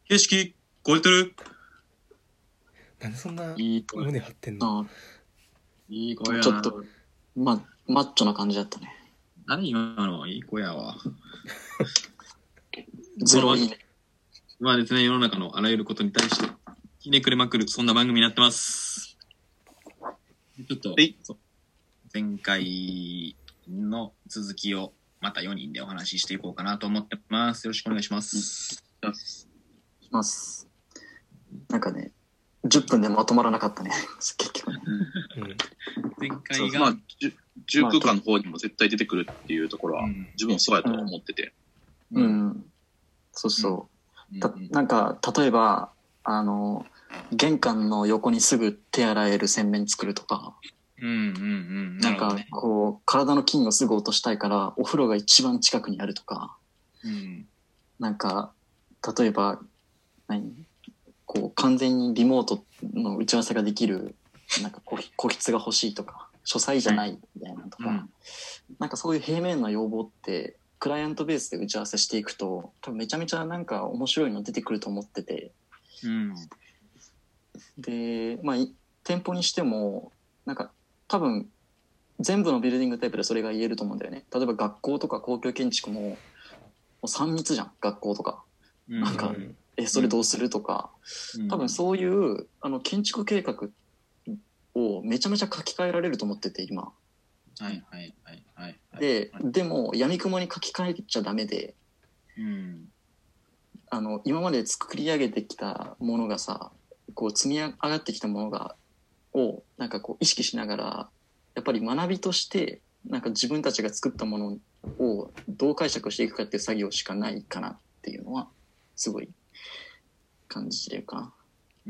景色超えてる。 なんでそんないい声。 胸張ってんの？ あいい声やな。 ちょっと、マッチョな感じだったね。 何今のいい声やわ。 ゼロいいね。 まあですね、世の中のあらゆることに対してひねくれまくる、そんな番組になってます。ちょっと、前回の続きをまた4人でお話ししていこうかなと思ってます。よろしくお願いします。 します。なんかね、10分でまとまらなかったね、結局ね。 前回が、 まあ、19巻の方にも絶対出てくるっていうところは、自分もそうやと思ってて。 そうそう。なんか、例えば、玄関の横にすぐ手洗える洗面作るとか、なんか、こう、体の菌をすぐ落としたいから、お風呂が一番近くにあるとか、なんか、例えば、こう、完全にリモートの打ち合わせができる、なんか個室が欲しいとか、書斎じゃないみたいなとか、なんかそういう平面の要望って、クライアントベースで打ち合わせしていくと、多分めちゃめちゃなんか面白いの出てくると思ってて、で、まあ、店舗にしても、なんか多分全部のビルディングタイプでそれが言えると思うんだよね。例えば学校とか公共建築も3密じゃん、学校とか。なんか、それどうするとか、多分そういう建築計画をめちゃめちゃ書き換えられると思ってて、今。でも闇雲に書き換えちゃダメで、今まで作り上げてきたものがさ、こう積み上がってきたものをなんかこう意識しながら、やっぱり学びとしてなんか自分たちが作ったものをどう解釈していくかっていう作業しかないかなっていうのはすごい感じてるかな。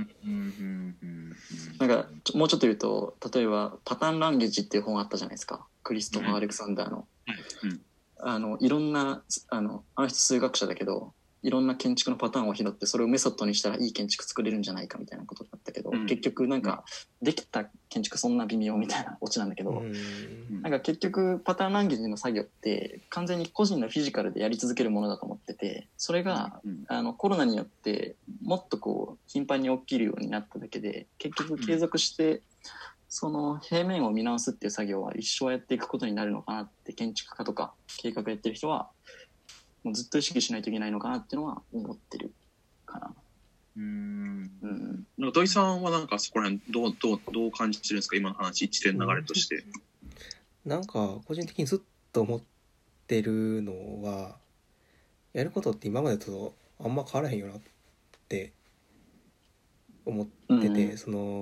なんかもうちょっと言うと、例えばパターンランゲージっていう本あったじゃないですか、クリストファー・アレクサンダーの。いろんなあの人数学者だけど、いろんな建築のパターンを拾ってそれをメソッドにしたらいい建築作れるんじゃないかみたいなことだったけど、結局なんかできた建築そんな微妙みたいなオチなんだけど、なんか結局パターンランゲージの作業って完全に個人のフィジカルでやり続けるものだと思ってて、それがコロナによってもっとこう頻繁に起きるようになっただけで、結局継続してその平面を見直すっていう作業は一生やっていくことになるのかなって、建築家とか計画やってる人はもうずっと意識しないといけないのかなっていうのは思ってるかな。 なんか土井さんはなんかそこら辺どう感じてるんですか、今の話一連流れとして。 なんか個人的にずっと思ってるのは、やることって今までとあんま変わらへんよなって思ってて、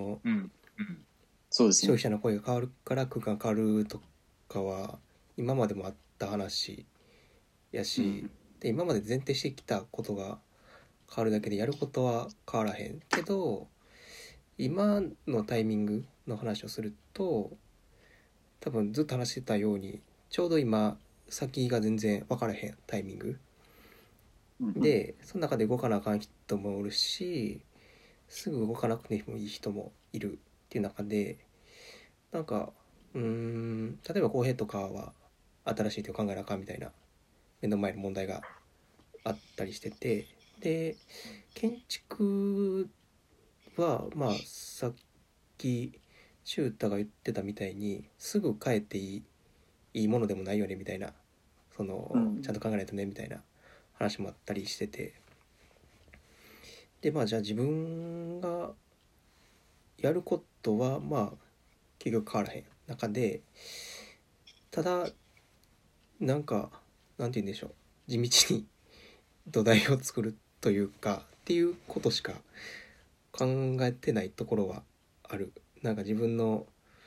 そうですね、 消費者の声が変わるから空間が変わるとかは今までもあった話やし、で今まで前提してきたことが変わるだけでやることは変わらへんけど、今のタイミングの話をすると、多分ずっと話してたようにちょうど今先が全然分からへんタイミングで、その中で動かなあかん人もおるし、すぐ動かなくてもいい人もいるっていう中で、なんか例えば公平とかは新しい手を考えなあかんみたいな目の前の問題があったりしてて、で建築はまあさっきシュータが言ってたみたいにすぐ変えていいものでもないよねみたいな、ちゃんと考えないとねみたいな話もあったりしてて、でまあじゃあ自分がやることはまあ結局変わらへん中で、ただなんかなんて言うんでしょう、地道に土台を作るというかっていうことしか考えてないところはある。なんか自分の、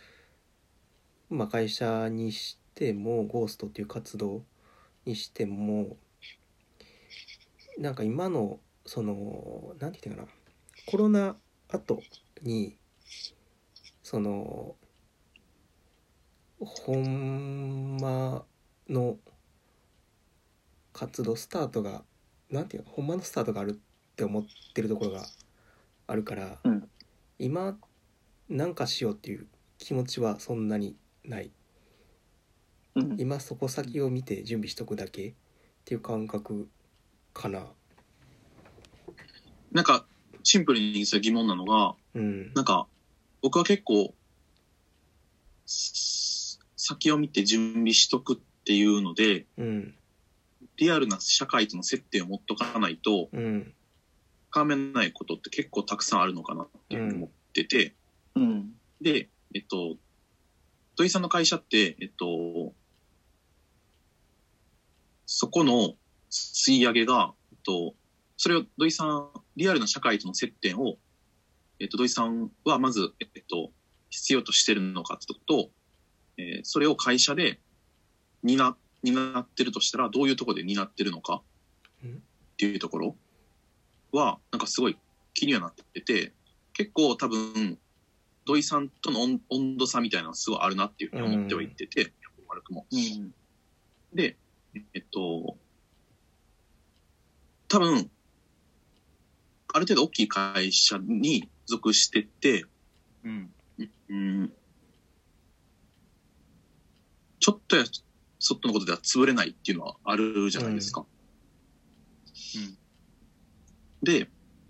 会社にしてもゴーストっていう活動にしても、なんか今のなんて言うかな、コロナ後にほんまの活動スタートがなんていうの、ほんまのスタートがあるって思ってるところがあるから、今なんかしようっていう気持ちはそんなにない、今そこ先を見て準備しとくだけっていう感覚かな。 なんか、シンプルにそれ疑問なのが、なんか、僕は結構、先を見て準備しとくっていうので、リアルな社会との接点を持っとかないと、深めないことって結構たくさんあるのかなっていうふうに思ってて、で、土井さんの会社って、そこの吸い上げが、それを土井さん、リアルな社会との接点を、土井さんはまず、必要としてるのかってことと、それを会社で担ってるとしたら、どういうところで担ってるのかっていうところは、なんかすごい気にはなってて、結構多分、土井さんとの温度差みたいなのがすごいあるなっていうふうに思ってはいってて、悪くも。で、多分、ある程度大きい会社に属してて、ちょっとやそっとのことでは潰れないっていうのはあるじゃないですか。で、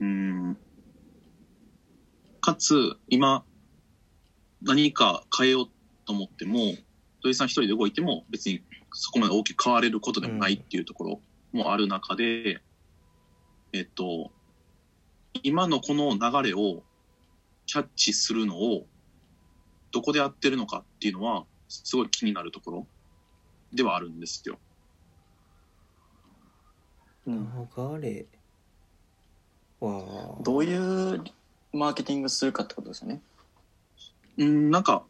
かつ、今、何か変えようと思っても、土井さん一人で動いても別にそこまで大きく変われることでもないっていうところもある中で、今のこの流れをキャッチするのをどこでやってるのかっていうのはすごい気になるところではあるんですよ。 流れはどういうマーケティングするかってことですよね。 なんか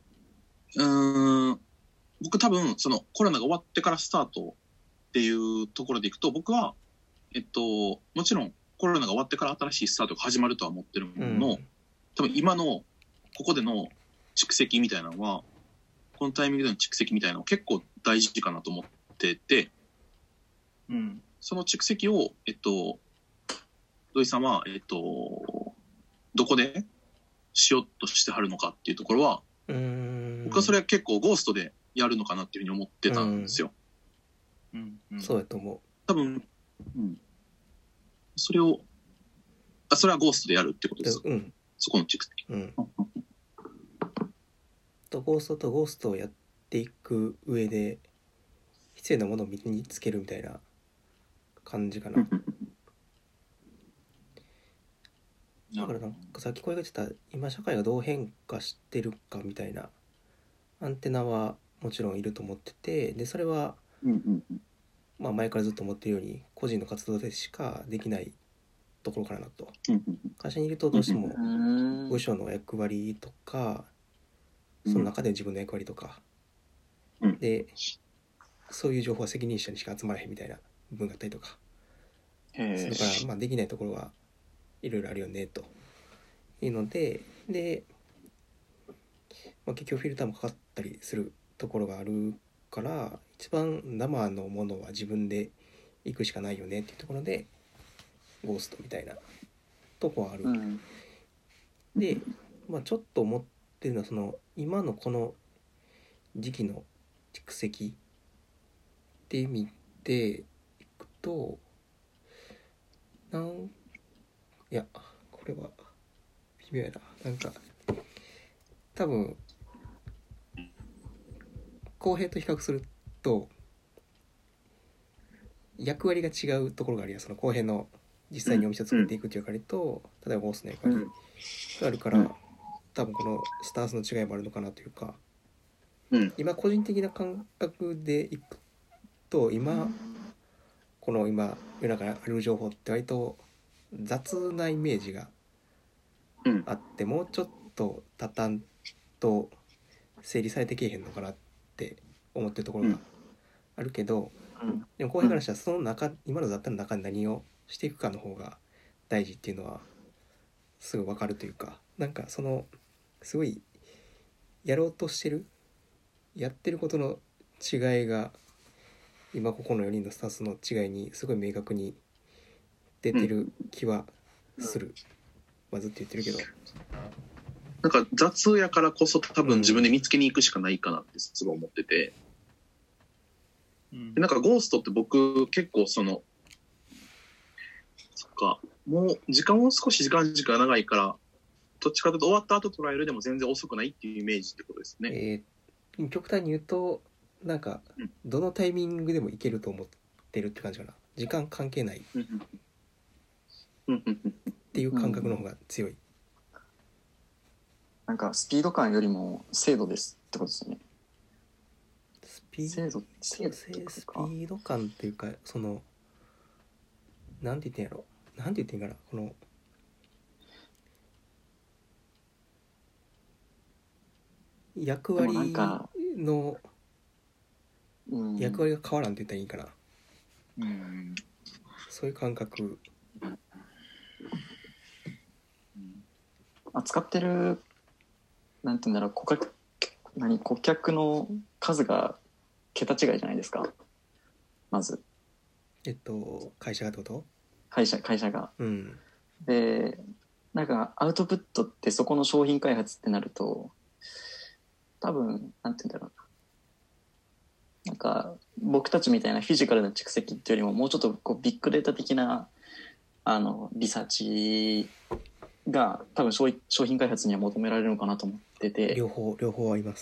僕多分そのコロナが終わってからスタートっていうところでいくと、僕はもちろんコロナが終わってから新しいスタートが始まるとは思ってるものの、多分今のここでの蓄積みたいなのは、このタイミングでの蓄積みたいなのは結構大事かなと思ってて、その蓄積を土井さんはどこでしようとしてはるのかっていうところは、僕はそれは結構ゴーストでやるのかなっていうふうに思ってたんですよ。 そうやと思う。 多分、それはゴーストでやるってことです。そこの蓄積。 ゴーストをやっていく上で必要なものを身につけるみたいな感じかな。だからなんかさっき声が言ってた今社会がどう変化してるかみたいなアンテナはもちろんいると思ってて、でそれはまあ前からずっと思ってるように個人の活動でしかできないところかなと。会社にいるとどうしても部署の役割とかその中で自分の役割とかでそういう情報は責任者にしか集まらへんみたいな部分があったりとか、それからまあできないところはいろいろあるよねというので、まあ、結局フィルターもかかったりするところがあるから、一番生のものは自分で行くしかないよねっていうところでゴーストみたいなとこはある。で、まあ、ちょっと思ってるのはその今のこの時期の蓄積で見ていくと、いやこれは微妙やな。なんか多分公平と比較すると役割が違うところがあるやん。その公平の実際にお店を作っていくっていう役割と、例えばゴーストの役割があるから、多分このスタンスの違いもあるのかなというか、今個人的な感覚でいくと、今世の中にある情報って割と雑なイメージがあって、もうちょっと多々と整理されてけえへんのかなって思ってるところがあるけど、でも後輩からしたらその中、今の雑多の中に何をしていくかの方が大事っていうのはすぐ分かるというか、なんかそのすごいやろうとしてるやってることの違いが今ここの4人のスタンスの違いにすごい明確に出てる気はする。まあ、ずっと言ってるけど、 なんか雑やからこそ多分自分で見つけに行くしかないかなってすごい思ってて、なんかゴーストって僕結構そっか、 もう時間軸が長いから、どっちかというと終わった後捉えるでも全然遅くないっていうイメージってことですね。 極端に言うとなんかどのタイミングでもいけると思ってるって感じかな。時間関係ないっていう感覚の方が強い。 なんかスピード感よりも精度ですってことですよね。 スピード感っていうか、そのなんて言ってんやろ、なんて言ってんかな、この役割の役割が変わらんって言ったらいいかな、そういう感覚。 使ってるなんて言うんだろう、顧客の数が桁違いじゃないですか。まず会社がってこと？ 会社が、でなんかアウトプットってそこの商品開発ってなると多分なんて言うんだろうな、なんか僕たちみたいなフィジカルな蓄積っていうよりももうちょっとこうビッグデータ的なリサーチが多分商品開発には求められるのかなと思ってて、 両方あります。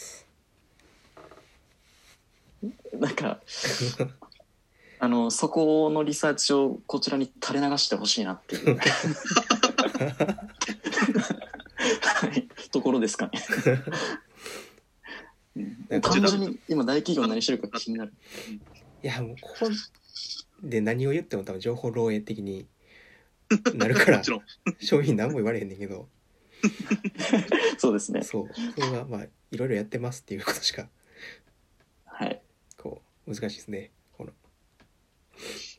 なんかそこのリサーチをこちらに垂れ流してほしいなっていうはい、ところですかね。単純に今大企業何してるか気になる。 いやもうここで何を言っても多分情報漏洩的になるから商品何も言われへんねんけどそうですね。 それはまあいろいろやってますっていうことしかはいこう難しいですね。この